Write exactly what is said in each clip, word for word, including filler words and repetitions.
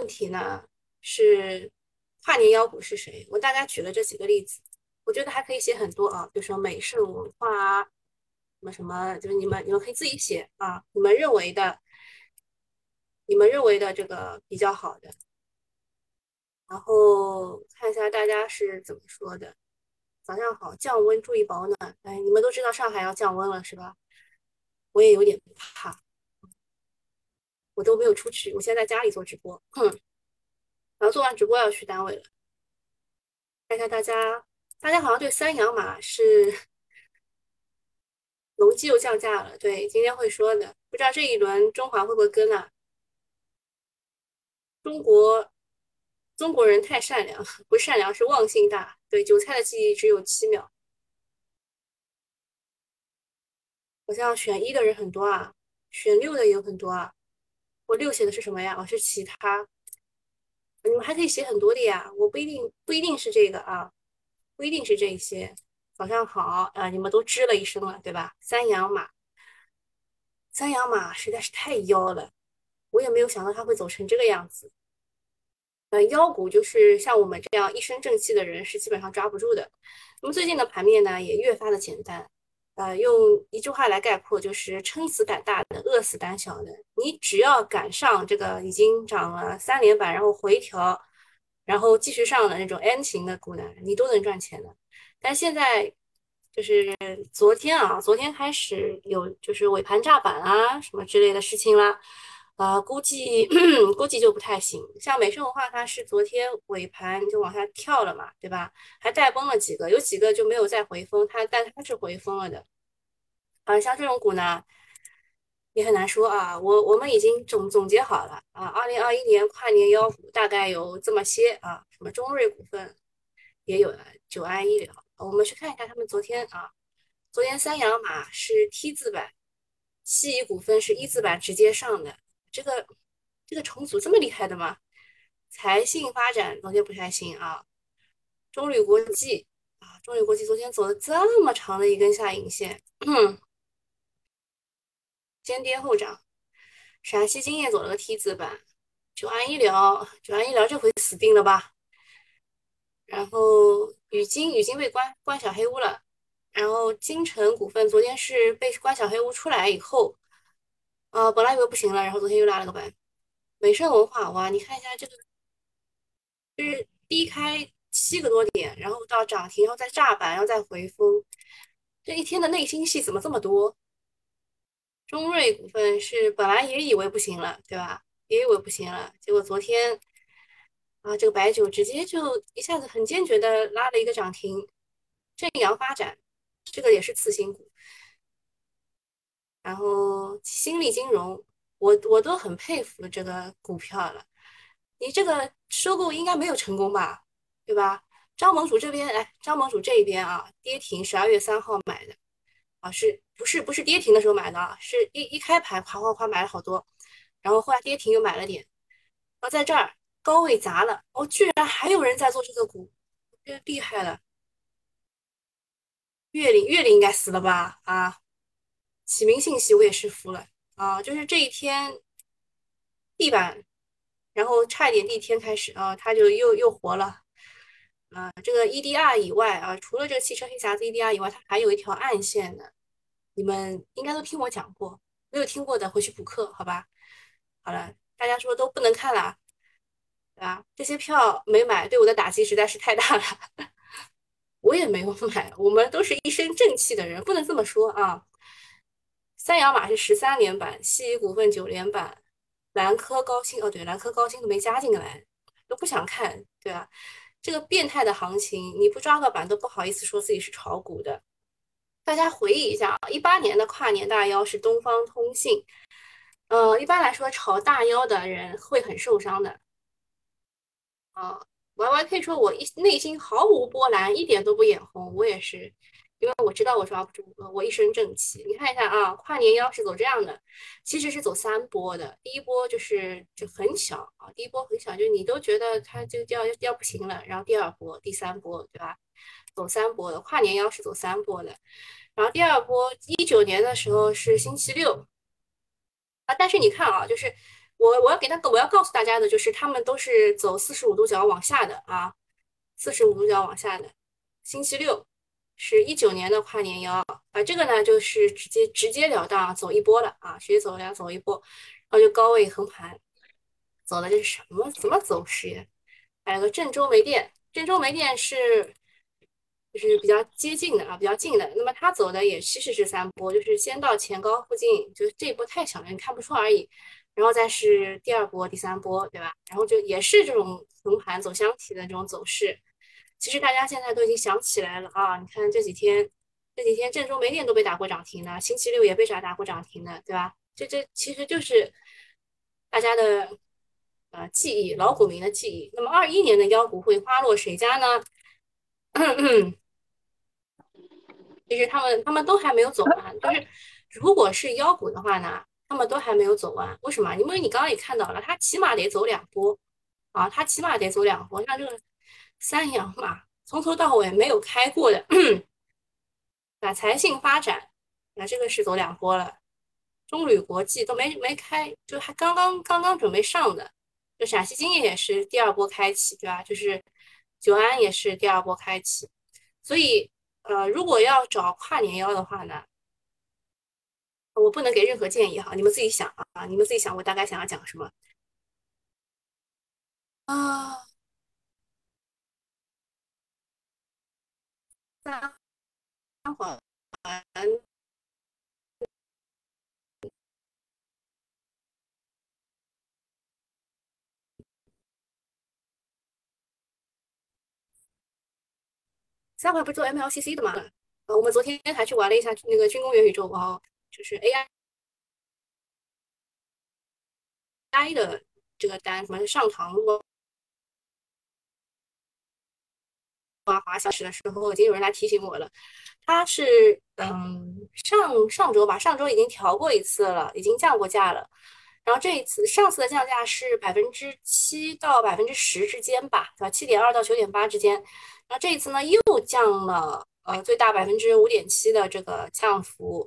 问题呢是跨年妖股是谁？我大概举了这几个例子，我觉得还可以写很多啊，比如说美式文化啊，什么什么，就是你们你们可以自己写啊，你们认为的，你们认为的这个比较好的，然后看一下大家是怎么说的。早上好，降温注意保暖。哎，你们都知道上海要降温了是吧？我也有点怕，我都没有出去，我现在在家里做直播，哼，然后做完直播要去单位了。看一下大家，大家好像对三洋马是隆基又降价了，对，今天会说的，不知道这一轮中华会不会跟啊？中国中国人太善良，不是善良是忘性大，对，韭菜的记忆只有七秒。好像选一的人很多啊，选六的也有很多啊。我六写的是什么呀？我是其他，你们还可以写很多的呀，我不一定不一定是这个啊，不一定是这些。早上好啊，你们都吱了一声了，对吧？三洋马，三洋马实在是太妖了，我也没有想到它会走成这个样子。呃，妖股就是像我们这样一身正气的人是基本上抓不住的。那么最近的盘面呢，也越发的简单。呃，用一句话来概括，就是撑死胆大的，饿死胆小的。你只要赶上这个已经涨了三连板，然后回调，然后继续上的那种 N 型的股呢，你都能赚钱的。但现在就是昨天啊，昨天开始有就是尾盘炸板啊什么之类的事情啦。啊、估计估计就不太行。像美声文化，它是昨天尾盘就往下跳了嘛，对吧？还带崩了几个，有几个就没有再回封，它但它是回封了的。啊、像这种股呢，也很难说啊。我我们已经总总结好了啊，二零二一年跨年妖股大概有这么些啊，什么中瑞股份也有了，九安医疗。我们去看一下他们昨天啊，昨天三洋马是 T 字板，西乙股份是一字板直接上的，这个这个重组这么厉害的吗？财信发展昨天不太行啊，中铝国际啊，中铝国际昨天走了这么长的一根下影线，先跌后涨。陕西金业走了个 T 字板，九安医疗，九安医疗这回死定了吧？然后宇金，宇金被关关小黑屋了。然后金城股份昨天是被关小黑屋出来以后，呃，本来以为不行了，然后昨天又拉了个板。美盛文化，哇，你看一下这个，就是低开七个多点，然后到涨停，然后再炸板，然后再回封，这一天的内心戏怎么这么多？中瑞股份是本来也以为不行了，对吧？也以为不行了，结果昨天啊，这个白酒直接就一下子很坚决的拉了一个涨停。正阳发展，这个也是次新股。然后新力金融，我我都很佩服这个股票了。你这个收购应该没有成功吧，对吧？张盟主这边，哎，张盟主这一边啊，跌停，十二月三号买的啊，是不是不是跌停的时候买的啊？是一一开盘哗哗哗买了好多，然后后来跌停又买了点，然后在这儿高位砸了，哦，居然还有人在做这个股，这厉害了。月领月领应该死了吧？啊，启明信息我也是服了啊，就是这一天地板，然后差一点地天开始啊，它就又又活了。啊，这个 E D R 以外啊，除了这个汽车黑匣子 E D R 以外，它还有一条暗线的，你们应该都听我讲过，没有听过的回去补课，好吧？好了，大家说都不能看了，对吧？这些票没买，对我的打击实在是太大了。我也没有买，我们都是一身正气的人，不能这么说啊。三洋马是十三连板，西乙股份九连板，兰科高新哦，对，兰科高新都没加进来，都不想看，对吧？这个变态的行情，你不抓个板都不好意思说自己是炒股的。大家回忆一下啊，一八年的跨年大妖是东方通信，呃，一般来说炒大妖的人会很受伤的啊。Y Y K 说，我一内心毫无波澜，一点都不眼红，我也是，因为我知道我抓不住，呃我一身正气。你看一下啊，跨年妖是走这样的，其实是走三波的，第一波就是就很小啊，第一波很小，就是你都觉得它就要要不行了，然后第二波、第三波，对吧？走三波的，跨年妖是走三波的，然后第二波一九年的时候是星期六啊，但是你看啊，就是我我要给他我要告诉大家的就是，他们都是走四十五度角往下的啊，四十五度角往下的。星期六是一九年的跨年腰啊，这个呢就是直接直截了当走一波了啊，直接走了走一波，然后就高位横盘，走的这是什么什么走势呀？还有个郑州煤电，郑州煤电是就是比较接近的啊，比较近的。那么它走的也其实是三波，就是先到前高附近，就是这一波太小了，你看不出而已。然后再是第二波、第三波，对吧？然后就也是这种横盘走箱体的这种走势。其实大家现在都已经想起来了啊，你看这几天，这几天郑州煤电都被打过涨停的，星期六也被啥打过涨停的，对吧？这这其实就是大家的呃记忆，老股民的记忆。那么二一年的妖股会花落谁家呢？其实他们他们都还没有走完，就是如果是妖股的话呢，他们都还没有走完。为什么？因为你刚刚也看到了，它起码得走两波啊，它起码得走两波。像这个三阳马，从头到尾没有开过的，啊，财信发展，那这个是走两波了。中铝国际都没没开，就还刚刚刚刚准备上的。就陕西金业也是第二波开启，对吧？就是九安也是第二波开启。所以，呃，如果要找跨年妖的话呢？我不能给任何建议哈，你们自己想啊，你们自己想，我大概想要讲什么啊？三环三环不是做 M L C C 的嘛？呃，我们昨天还去玩了一下那个军工元宇宙啊，就是 A I 的这个单，什么上堂的时候，已经有人来提醒我了。它是嗯上上周吧，上周已经调过一次了，已经降过价了。然后这一次上次的降价是百分之七到百分之十之间吧，对吧？七点二到九点八之间。然后这一次呢又降了，呃，最大百分之五点七的这个降幅。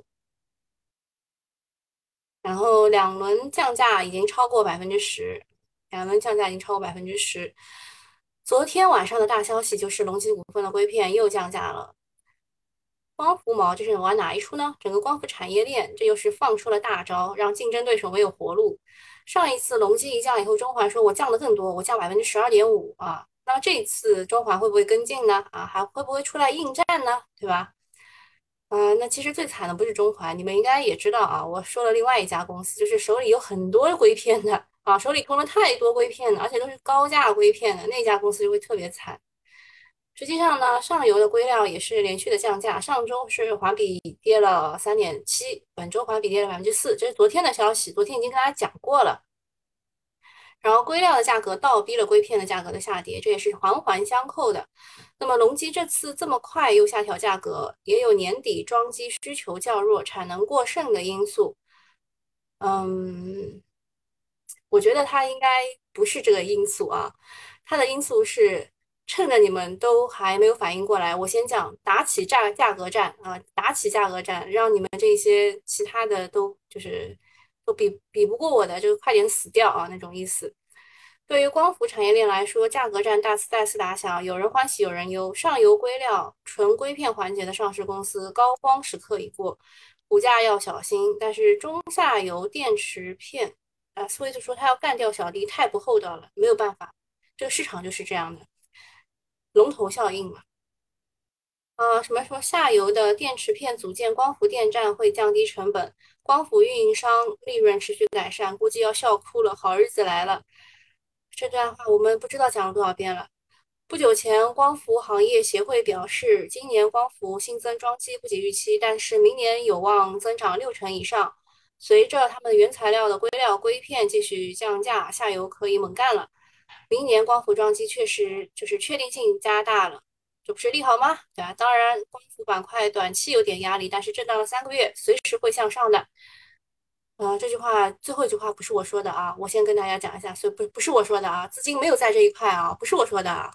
然后两轮降价已经超过百分之十，两轮降价已经超过百分之十。昨天晚上的大消息就是隆基股份的硅片又降价了。光伏毛这是玩哪一出呢？整个光伏产业链，这又是放出了大招，让竞争对手没有活路。上一次隆基一降以后，中环说我降的更多，我降百分之十二点五啊。那这一次中环会不会跟进呢？啊，还会不会出来应战呢？对吧？嗯、呃那其实最惨的不是中环，你们应该也知道啊。我说了另外一家公司，就是手里有很多硅片的啊，手里空了太多硅片的，而且都是高价硅片的，那家公司就会特别惨。实际上呢，上游的硅料也是连续的降价，上周是环比跌了三点七，本周环比跌了百分之四，这是昨天的消息，昨天已经跟大家讲过了。然后硅料的价格倒逼了硅片的价格的下跌，这也是环环相扣的。那么隆基这次这么快又下调价格，也有年底装机需求较弱、产能过剩的因素。嗯，我觉得它应该不是这个因素啊，它的因素是趁着你们都还没有反应过来，我先讲打起价价格战啊，打起价格战，让你们这些其他的都就是都比比不过我的，就快点死掉啊那种意思。对于光伏产业链来说，价格战大次再次打响，有人欢喜有人忧。上游硅料、纯硅片环节的上市公司高光时刻已过，股价要小心。但是中下游电池片，啊，所以就说他要干掉小弟，太不厚道了，没有办法，这个市场就是这样的，龙头效应嘛。呃，什么说下游的电池片组件光伏电站会降低成本，光伏运营商利润持续改善，估计要笑哭了，好日子来了。这段话我们不知道讲了多少遍了。不久前，光伏行业协会表示，今年光伏新增装机不及预期，但是明年有望增长六成以上。随着他们原材料的硅料、硅片继续降价，下游可以猛干了。明年光伏装机确实就是确定性加大了，这不是利好吗？对吧？当然，光伏板块短期有点压力，但是震荡了三个月，随时会向上的。呃，这句话最后一句话不是我说的啊，我先跟大家讲一下，所以不不是我说的啊，资金没有在这一块啊，不是我说的啊。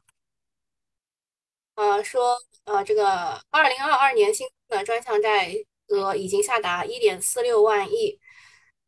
呃，说呃，这个二零二二年新增的专项债额已经下达一点四六万亿，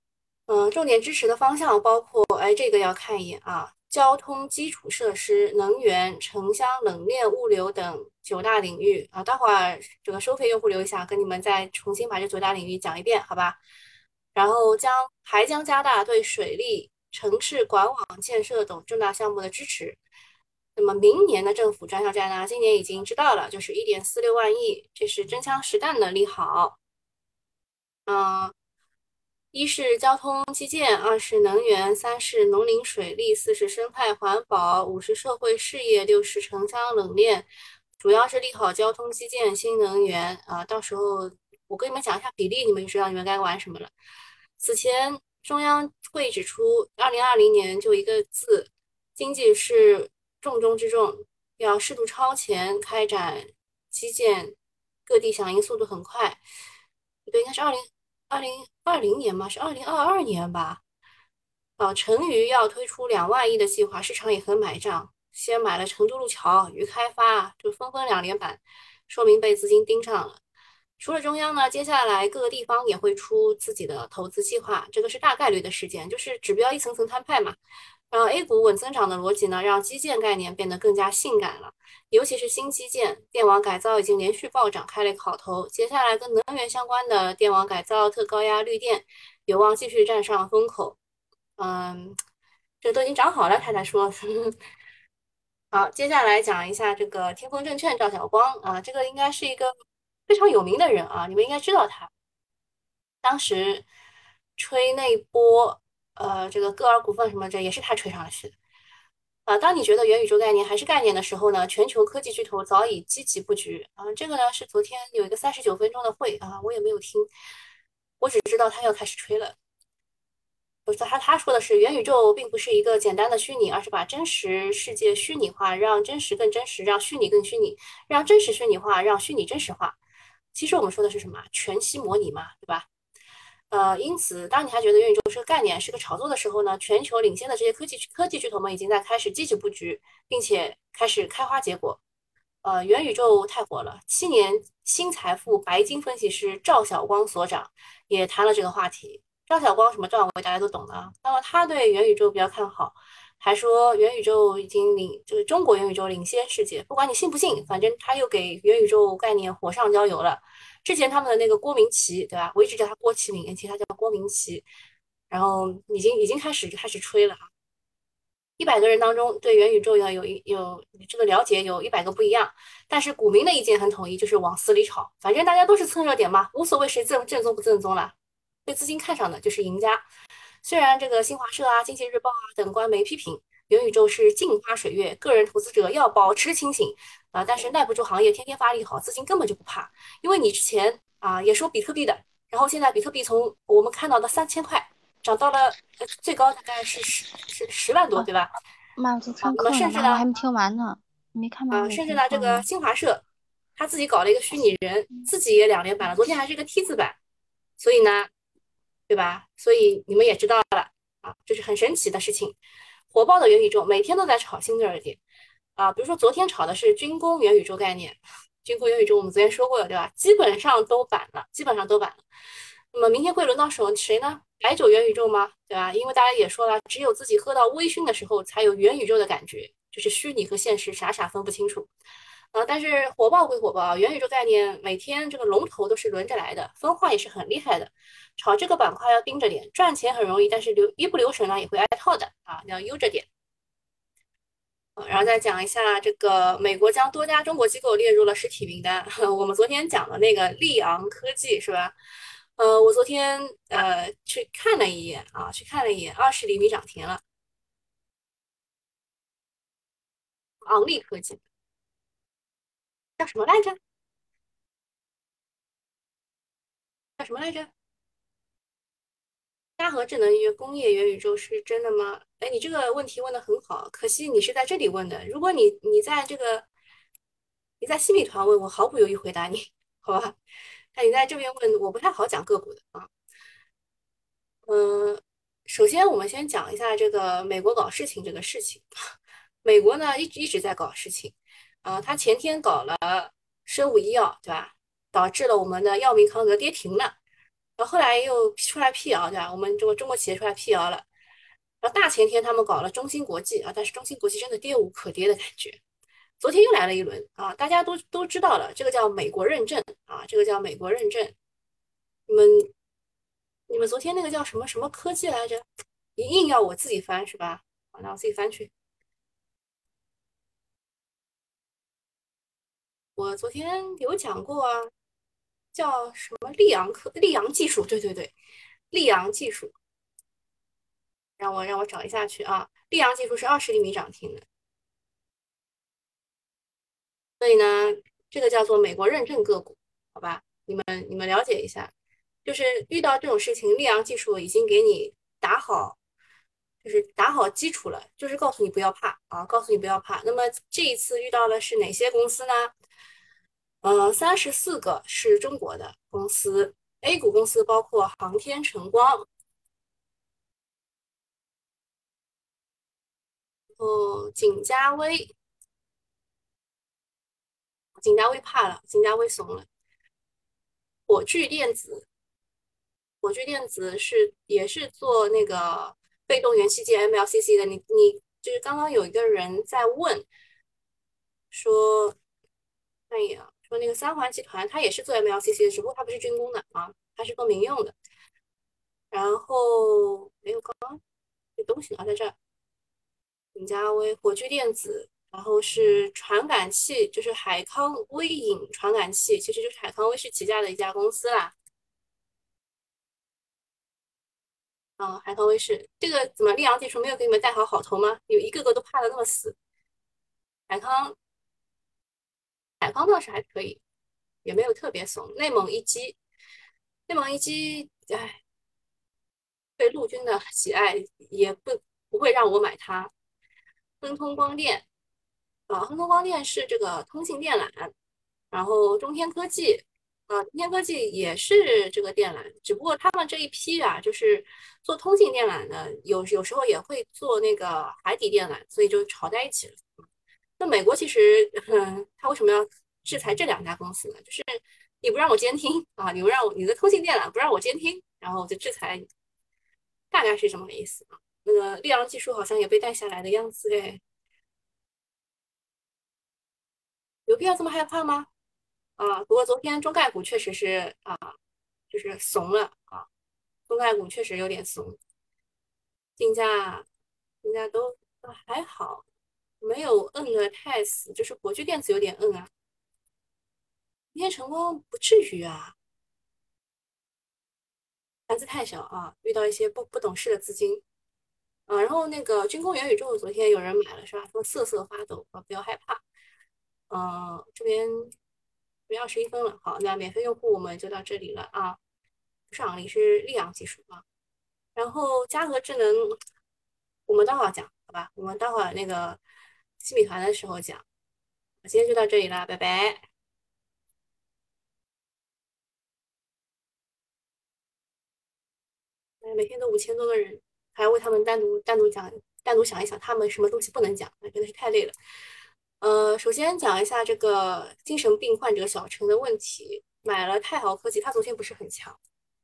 嗯，重点支持的方向包括，哎，这个要看一眼啊，交通基础设施、能源、城乡冷链物流等九大领域啊。待会儿这个收费用户留一下，跟你们再重新把这九大领域讲一遍，好吧？然后将还将加大对水利、城市管网建设等重大项目的支持。那么明年的政府专项债呢，今年已经知道了，就是一点四六万亿，这是真枪实弹的利好。嗯，一是交通基建，二是能源，三是农林水利，四是生态环保，五是社会事业，六是城乡冷链，主要是利好交通基建、新能源啊。到时候我跟你们讲一下比例，你们就知道你们该玩什么了。此前中央会指出，二零二零年就一个字，经济是重中之重，要适度超前开展基建，各地响应速度很快。不对，应该是二零二零二零年嘛，是二零二二年吧？啊，成渝要推出两万亿的计划，市场也很买账，先买了成都路桥、渝开发，就分分两连板，说明被资金盯上了。除了中央呢，接下来各个地方也会出自己的投资计划，这个是大概率的事件，就是指标一层层摊派嘛。然后 A 股稳增长的逻辑呢，让基建概念变得更加性感了，尤其是新基建、电网改造已经连续暴涨，开了一个好头。接下来跟能源相关的电网改造、特高压绿电有望继续站上风口。嗯，这都已经涨好了，他才说。好，接下来讲一下这个天风证券赵晓光啊，这个应该是一个非常有名的人啊，你们应该知道他。当时吹那一波，呃，这个歌尔股份什么这也是他吹上去的。啊，当你觉得元宇宙概念还是概念的时候呢，全球科技巨头早已积极布局啊。这个呢是昨天有一个三十九分钟的会啊，我也没有听，我只知道他要开始吹了。不是他他说的是元宇宙并不是一个简单的虚拟，而是把真实世界虚拟化，让真实更真实，让虚拟更虚拟，让真实虚拟化，让虚拟真实化。其实我们说的是什么？全息模拟嘛，对吧？呃，因此，当你还觉得元宇宙是个概念，是个炒作的时候呢，全球领先的这些科技科技巨头们已经在开始积极布局，并且开始开花结果。呃，元宇宙太火了，七年新财富白金分析师赵晓光所长也谈了这个话题。赵晓光什么赵伟大家都懂的啊，那么他对元宇宙比较看好，还说元宇宙已经领就是中国元宇宙领先世界，不管你信不信，反正他又给元宇宙概念火上浇油了。之前他们的那个郭明奇，对吧？我一直叫他郭麒麟，其实他叫郭明奇，然后已经已经开始开始吹了啊。一百个人当中，对元宇宙要有一有这个了解，有一百个不一样。但是股民的意见很统一，就是往死里炒，反正大家都是蹭热点嘛，无所谓谁正正宗不正宗了。被资金看上的就是赢家。虽然这个新华社啊、经济日报啊等官媒批评元宇宙是镜花水月，个人投资者要保持清醒啊，但是耐不住行业天天发利好，资金根本就不怕，因为你之前啊也说比特币的，然后现在比特币从我们看到的三千块涨到了呃最高大概是十是十万多， 哦， 对吧？ 妈，我在啊，那么上课呢， 甚至呢， 妈，我还没听完呢。你没看吗？ 啊， 我在甚至呢，这个听课呢。 新华社他自己搞了一个虚拟人，自己也两连板了，昨天还是一个 T 字板，所以呢，对吧？所以你们也知道了啊，这是很神奇的事情。火爆的元宇宙每天都在炒新的热点啊，比如说昨天炒的是军工元宇宙概念，军工元宇宙我们昨天说过了，对吧？基本上都板了，基本上都板了。那么明天会轮到手谁呢？白酒元宇宙吗？对吧？因为大家也说了，只有自己喝到微醺的时候，才有元宇宙的感觉，就是虚拟和现实傻傻分不清楚。啊，但是火爆归火爆，元宇宙概念每天这个龙头都是轮着来的，分化也是很厉害的。炒这个板块要盯着点，赚钱很容易，但是留一不留神呢也会挨套的啊，要悠着点。啊然后再讲一下这个美国将多家中国机构列入了实体名单。我们昨天讲的那个利昂科技是吧？呃，我昨天呃去看了一眼啊，去看了一眼，二十厘米涨停了，昂立科技叫什么来着？叫什么来着？沙盒智能元工业元宇宙是真的吗？哎，你这个问题问的很好，可惜你是在这里问的。如果你你在这个你在新米团问我，毫不犹豫回答你，好吧？那你在这边问，我不太好讲个股的啊。嗯，首先我们先讲一下这个美国搞事情这个事情。美国呢一直一直在搞事情，啊、他前天搞了生物医药，对吧？导致了我们的药明康德跌停了。 然后后来又出来辟谣，对吧？我们这个中国企业出来辟谣了。然后大前天他们搞了中芯国际啊，但是中芯国际真的跌无可跌的感觉。昨天又来了一轮啊，大家都都知道了，这个叫美国认证啊，这个叫美国认证。你们你们昨天那个叫什么什么科技来着？你硬要我自己翻是吧？好，那我自己翻去。我昨天有讲过啊，叫什么溧阳科溧阳技术？对对对，溧阳技术。让我让我找一下去啊。溧阳技术是二十厘米涨停的，所以呢，这个叫做美国认证个股，好吧？你们你们了解一下，就是遇到这种事情，溧阳技术已经给你打好，就是打好基础了，就是告诉你不要怕啊，告诉你不要怕。那么这一次遇到的是哪些公司呢？呃，三十四个是中国的公司，A 股公司包括航天晨光，哦，景嘉微，景嘉微怕了，景嘉微怂了，火炬电子。火炬电子是也是做那个被动元器件 M L C C 的。你你就是刚刚有一个人在问说，看一眼啊，说那个三环集团它也是做 M L C C 的，只不过它不是军工的啊，它是做民用的。然后没有刚刚这东西呢，在这儿，尹家威、火炬电子，然后是传感器，就是海康威影传感器，其实就是海康威视旗下的一家公司啦。啊，海康威视这个怎么溧阳技术没有给你们带好好头吗？有一个个都怕的那么死。海康海康倒是还可以，也没有特别怂。内蒙一击，内蒙一击，哎，对陆军的喜爱也不不会让我买它。亨通光电啊，亨通光电是这个通信电缆，然后中天科技。啊，中天科技也是这个电缆，只不过他们这一批啊，就是做通信电缆的，有有时候也会做那个海底电缆，所以就炒在一起了。那美国其实，嗯，他为什么要制裁这两家公司呢？就是你不让我监听啊，你不让我你的通信电缆不让我监听，然后我就制裁你，大概是这么个意思啊。那个溧阳技术好像也被带下来的样子哎，有必要这么害怕吗？啊，不过昨天中概股确实是啊，就是怂了啊，中概股确实有点怂，竞价竞价都都还好，没有摁的太死，就是国巨电子有点摁啊，今天晨光不至于啊。盘子太小啊，遇到一些不不懂事的资金啊。然后那个军工元宇宙昨天有人买了是吧？说瑟瑟发抖啊，不要害怕。嗯、这边这边二十一分了，好，那免费用户我们就到这里了啊。上里是溧阳技术啊，然后嘉禾智能我们待会儿讲好吧？我们待会儿那个新米团的时候讲。今天就到这里了，拜拜。哎每天都五千多个人，还要为他们单独单独讲，单独想一想他们什么东西不能讲，那真的是太累了。呃，首先讲一下这个精神病患者小陈的问题。买了泰豪科技，他昨天不是很强。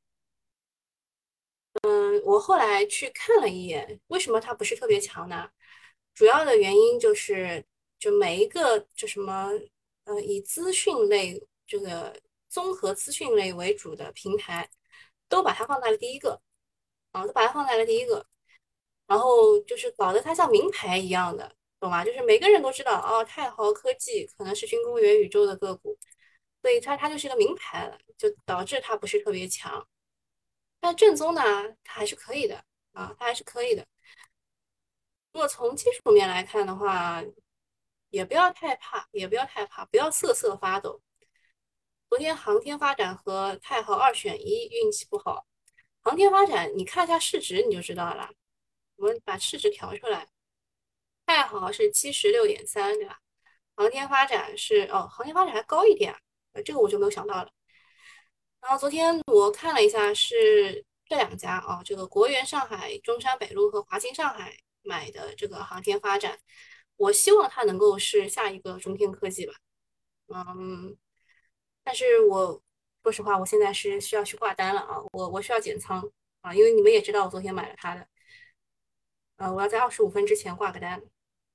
嗯，我后来去看了一眼，为什么他不是特别强呢？主要的原因就是，就每一个就什么，呃，以资讯类这个综合资讯类为主的平台，都把它放在了第一个啊，都把它放在了第一个。然后就是搞得它像名牌一样的，懂吗？就是每个人都知道哦，泰豪科技可能是军工元宇宙的个股，所以它它就是个名牌了，就导致它不是特别强。但正宗呢，它还是可以的啊，它还是可以的。如果从技术面来看的话，也不要太怕，也不要太怕，不要瑟瑟发抖。昨天航天发展和泰豪二选一，运气不好。航天发展，你看一下市值你就知道了。我们把市值调出来，太好是七十六点三，对吧？航天发展是哦，航天发展还高一点啊，呃，这个我就没有想到了。然后昨天我看了一下，是这两家啊，这个国元上海、中山北路和华清上海买的这个航天发展，我希望它能够是下一个中天科技吧。嗯，但是我说实话，我现在是需要去挂单了啊，我我需要减仓啊，因为你们也知道我昨天买了它的，呃，我要在二十五分之前挂个单，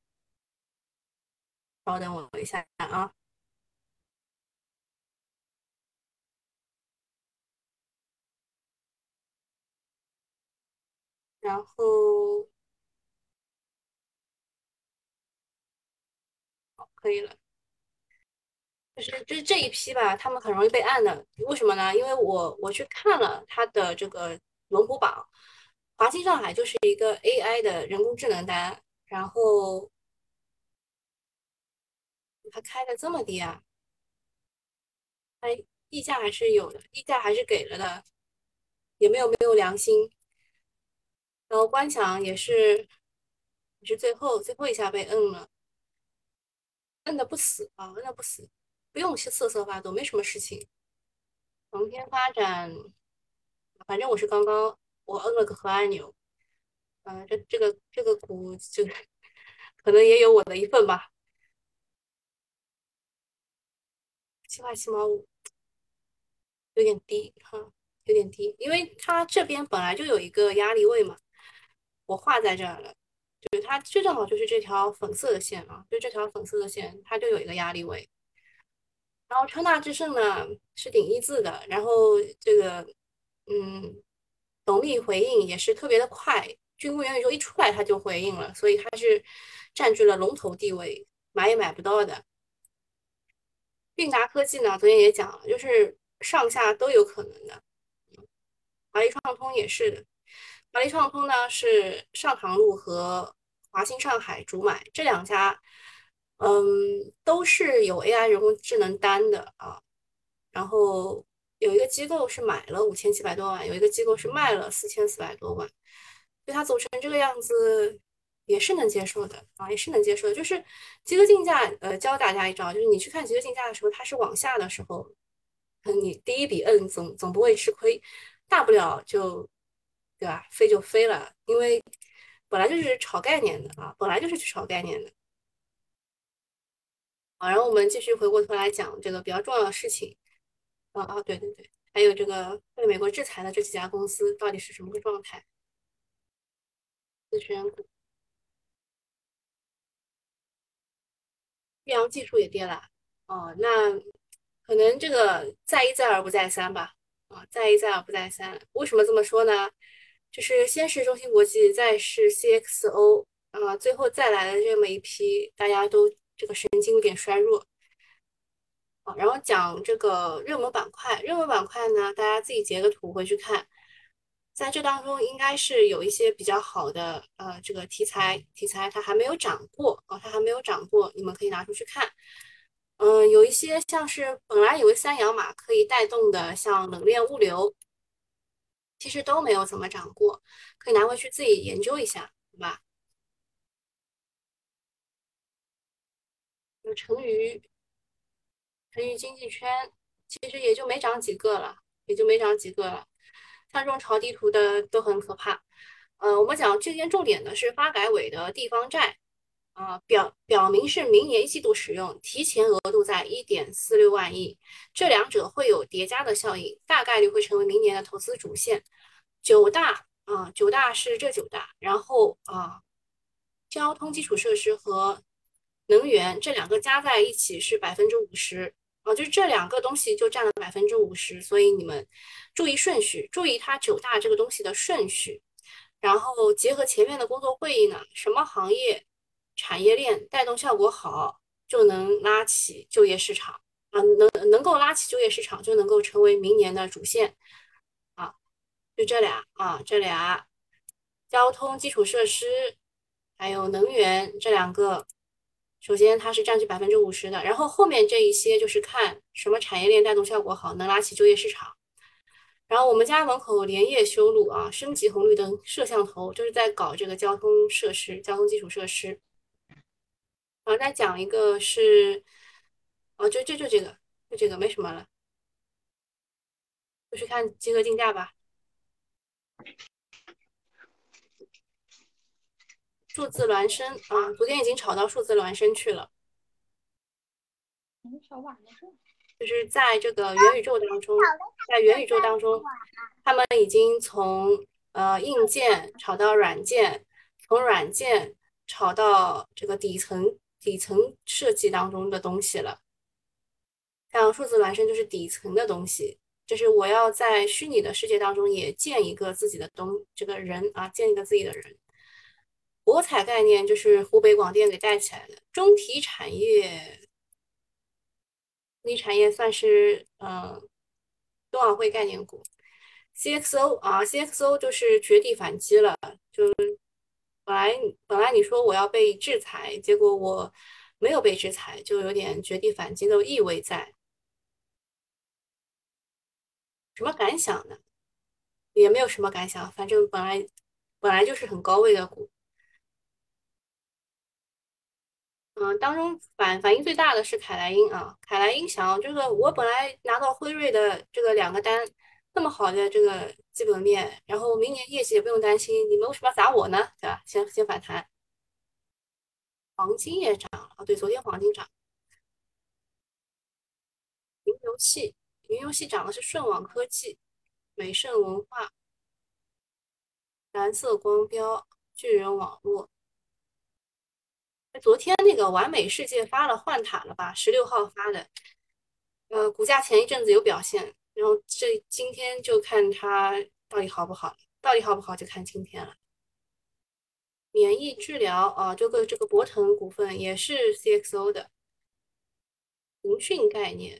稍等我一下啊。然后可以了，就是就是这一批吧，他们很容易被按的，为什么呢？因为我我去看了它的这个龙虎榜，华清上海就是一个 A I 的人工智能单，然后它开的这么低啊，它溢价还是有的，溢价还是给了的，也没有没有良心。然后官抢也是也是最后最后一下被摁了，摁的不死啊，摁的不死，不用去瑟瑟发抖，没什么事情。航天发展，反正我是刚刚我摁了个核按钮，嗯、呃这这个这个股就可能也有我的一份吧，七块七毛五有点低哈，有点低，因为它这边本来就有一个压力位嘛，我画在这儿了，就是它就正好就是这条粉色的线啊，就这条粉色的线，它就有一个压力位。然后川大智胜呢是顶一字的，然后这个嗯，董力回应也是特别的快，军工元宇宙一出来它就回应了，所以它是占据了龙头地位，买也买不到的。韵达科技呢，昨天也讲了，就是上下都有可能的。华丽创通也是的，华丽创通呢是上塘路和华兴上海主买这两家，嗯，都是有 A I 人工智能单的啊。然后有一个机构是买了五千七百多万，有一个机构是卖了四千四百多万，所以它走成这个样子也是能接受的啊，也是能接受的。就是极客竞价，呃，教大家一招，就是你去看极客竞价的时候，它是往下的时候，嗯，你第一笔摁总总不会吃亏，大不了就对吧，飞就飞了，因为本来就是炒概念的啊，本来就是去炒概念的。好，然后我们继续回过头来讲这个比较重要的事情。啊啊，对对对，还有这个被美国制裁的这几家公司到底是什么个状态？自选股，岳阳技术也跌了。哦，那可能这个再一再二不再三吧。啊，再一再二不再三，为什么这么说呢？就是先是中芯国际，再是 C X O，啊，最后再来的这么一批，大家都这个神经有点衰弱。啊，然后讲这个热门板块，热门板块呢，大家自己截个图回去看，在这当中应该是有一些比较好的呃这个题材，题材它还没有涨过啊，它还没有涨过，你们可以拿出去看。嗯，有一些像是本来以为三洋马可以带动的，像冷链物流，其实都没有怎么涨过，可以拿回去自己研究一下，好吧？有成渝成渝经济圈，其实也就没涨几个了，也就没涨几个了。像这种炒地图的都很可怕。呃，我们讲这件重点的是发改委的地方债啊、表表明是明年一季度使用，提前额度在一点四六万亿，这两者会有叠加的效应，大概率会成为明年的投资主线。九大啊、九大是这九大，然后啊、交通基础设施和能源这两个加在一起是百分之五十啊，就是这两个东西就占了百分之五十，所以你们注意顺序，注意它九大这个东西的顺序，然后结合前面的工作会议呢，什么行业产业链带动效果好，就能拉起就业市场啊，能能够拉起就业市场，就能够成为明年的主线啊，就这俩啊，这俩交通基础设施还有能源这两个，首先它是占据百分之五十的，然后后面这一些就是看什么产业链带动效果好，能拉起就业市场。然后我们家门口连夜修路啊，升级红绿灯、摄像头，就是在搞这个交通设施、交通基础设施。然后再讲一个是，哦，就就就这个，就这个没什么了，就是看集合竞价吧。数字孪生啊，昨天已经炒到数字孪生去了。 嗯，小碗的是。 就是在这个元宇宙当中，在元宇宙当中，他们已经从呃硬件炒到软件，从软件炒到这个底层底层设计当中的东西了。像数字孪生就是底层的东西，就是我要在虚拟的世界当中也建一个自己的东，这个人啊，建一个自己的人。博彩概念就是湖北广电给带起来的，中体产业，中体产业算是嗯、呃冬奥会概念股。C X O 啊，C X O 就是绝地反击了。本来本来你说我要被制裁，结果我没有被制裁，就有点绝地反击的意味在。什么感想呢？也没有什么感想，反正本来本来就是很高位的股。嗯，当中反反应最大的是凯莱英啊，凯莱英想这个我本来拿到辉瑞的这个两个单，那么好的这个基本面，然后明年业绩也不用担心，你们为什么要砸我呢？对吧？先先反弹，黄金也涨了，哦对，昨天黄金涨，云游戏云游戏涨的是顺网科技、美盛文化、蓝色光标、巨人网络。昨天那个完美世界发了换塔了吧？十六号发的，呃，股价前一阵子有表现，然后这今天就看它到底好不好，到底好不好就看今天了。免疫治疗啊，这个这个博腾股份也是 C X O 的腾讯概念，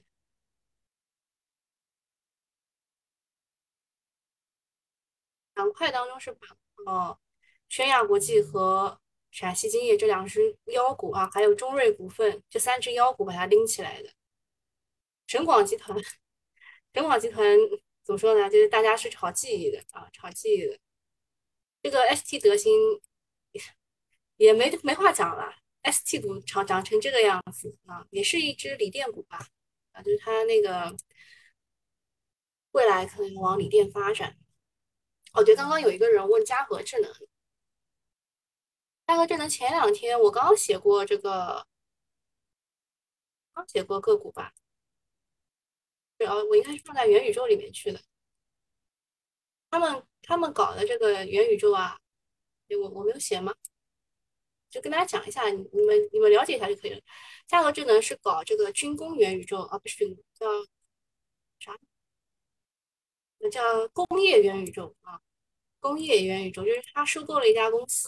板块当中是把哦，宣亚国际和陕西金业这两只妖股啊，还有中瑞股份这三只妖股把它拎起来的。省广集团，省广集团怎么说呢？就是大家是炒记忆的啊，炒记忆的。这个 S T 德兴也没没话讲了，S T 股长长成这个样子啊，也是一只锂电股吧？啊，就是它那个未来可能往锂电发展。哦，对，刚刚有一个人问嘉禾智能，嘉禾智能前两天我刚写过这个，刚写过个股吧？对哦，我应该是放在元宇宙里面去的。他们他们搞的这个元宇宙啊，对我我没有写吗？就跟大家讲一下，你们你们了解一下就可以了。嘉禾智能是搞这个军工元宇宙啊，不是军工，叫啥？那叫工业元宇宙啊，工业元宇宙就是他收购了一家公司，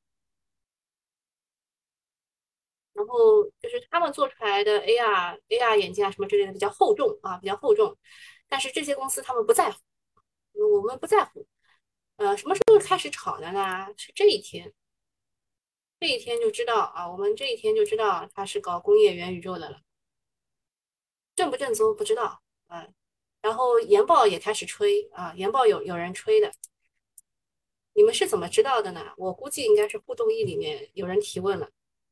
然后就是他们做出来的 A R、A R 眼镜啊什么之类的比较厚重啊，比较厚重，但是这些公司他们不在乎，我们不在乎。呃，什么时候开始炒的呢？是这一天，这一天就知道啊，我们这一天就知道他是搞工业元宇宙的了，正不正宗不知道，嗯、然后研报也开始吹啊，研报有有人吹的，你们是怎么知道的呢？我估计应该是互动易里面有人提问了。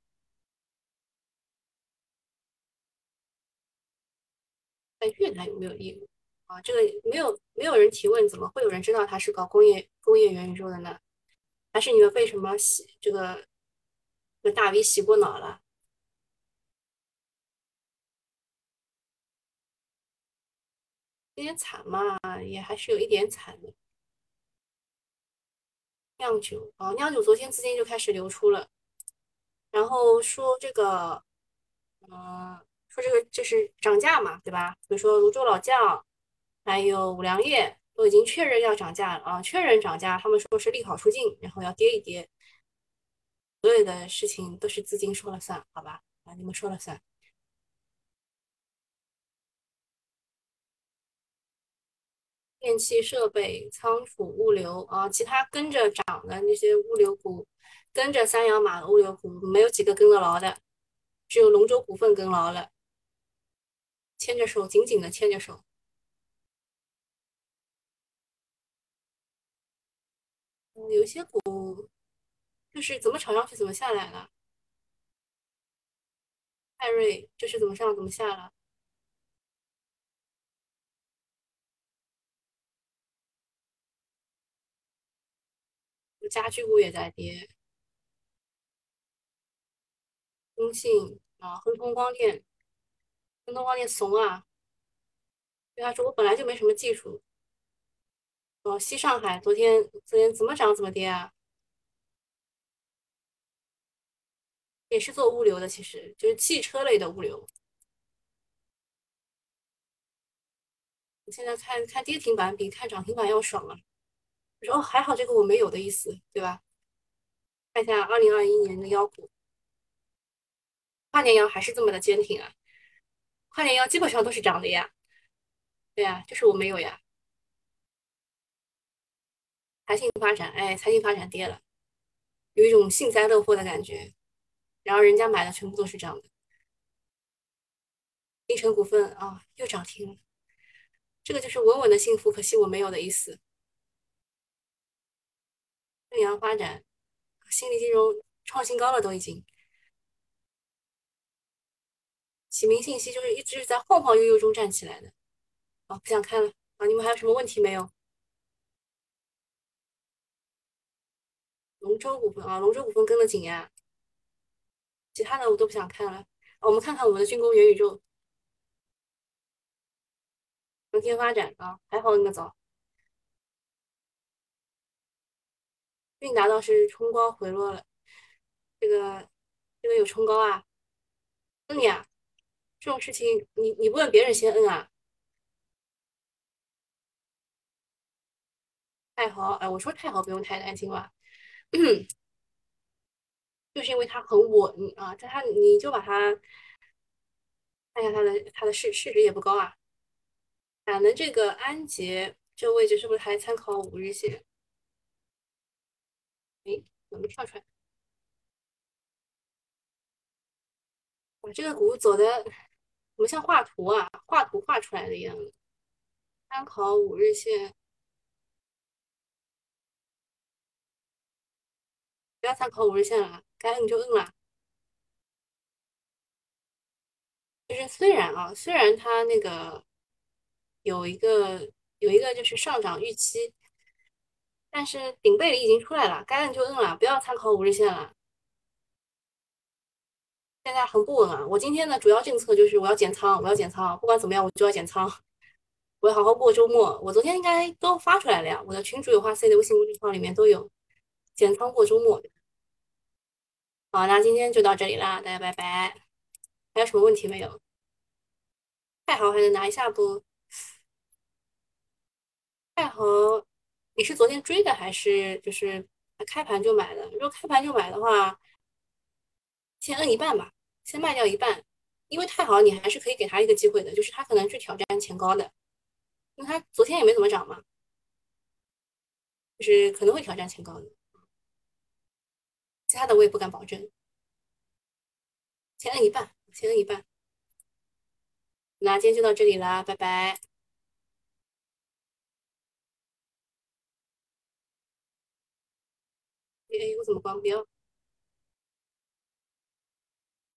在越南有没有业务啊？这个没有没有人提问，怎么会有人知道他是搞工业工业元宇宙的呢？还是你们被什么洗这个这个大 V 洗过脑了？有点惨嘛，也还是有一点惨的。酿酒啊，酿酒昨天资金就开始流出了，然后说这个，嗯、说这个就是涨价嘛，对吧？比如说泸州老窖，还有五粮液都已经确认要涨价了啊，确认涨价，他们说是利好出尽，然后要跌一跌。所有的事情都是资金说了算，好吧？啊，你们说了算。电气设备、仓储、物流啊，其他跟着涨的那些物流股，跟着三洋马的物流股，没有几个跟得牢的，只有龙舟股份跟牢了，牵着手，紧紧的牵着手。嗯，有一些股就是怎么炒上去怎么下来了，泰瑞就是怎么上怎么下了，家居股也在跌，中信啊，恒通光电，恒通光电怂啊， 对他说我本来就没什么技术。哦，西上海昨天昨天怎么涨怎么跌啊？也是做物流的，其实就是汽车类的物流。我现在看看跌停板比看涨停板要爽啊！我说哦，还好这个我没有的意思，对吧？看一下二零二一年的妖股，跨年妖还是这么的坚挺啊，跨年妖基本上都是涨的呀。对呀，就是我没有呀。财信发展，哎，财信发展跌了，有一种幸灾乐祸的感觉。然后人家买的全部都是涨的。金城股份啊，又涨停了，这个就是稳稳的幸福，可惜我没有的意思。正阳发展，新力金融创新高了都已经。启明信息就是一直在晃晃悠悠中站起来的。啊，不想看了啊！你们还有什么问题没有？龙舟股份啊，龙舟股份跟得紧呀，其他的我都不想看了。啊我们看看我们的军工元宇宙，航天发展啊，还好那么早。韵达倒是冲高回落了，这个这个有冲高啊？嗯呀，这种事情你你不问别人先摁啊？太好，哎，我说太好不用太担心吧，就是因为它很稳啊，它它你就把它看一下它的它的市市值也不高啊。咱们这个安捷这个位置是不是还参考五日线？诶，怎么跳出来？哇，这个股走的怎么像画图啊？画图画出来的一样。参考五日线，不要参考五日线了，该摁就摁了。就是虽然啊，虽然它那个有一个有一个就是上涨预期，但是顶背离已经出来了，该摁就摁了，不要参考五日线了。现在很不稳啊！我今天的主要政策就是我要减仓，我要减仓，不管怎么样我就要减仓，我要好好过周末。我昨天应该都发出来了呀，我的群主有话 C 的微信公众号里面都有，减仓过周末。好，那今天就到这里啦，大家拜拜。还有什么问题没有？太好还能拿一下不？太好，你是昨天追的还是就是开盘就买的？如果开盘就买的话，先摁一半吧，先卖掉一半，因为太好你还是可以给他一个机会的，就是他可能去挑战前高的，因为他昨天也没怎么涨嘛，就是可能会挑战前高的，其他的我也不敢保证，先摁一半，先摁一半。那今天就到这里啦，拜拜。哎，我怎么关标？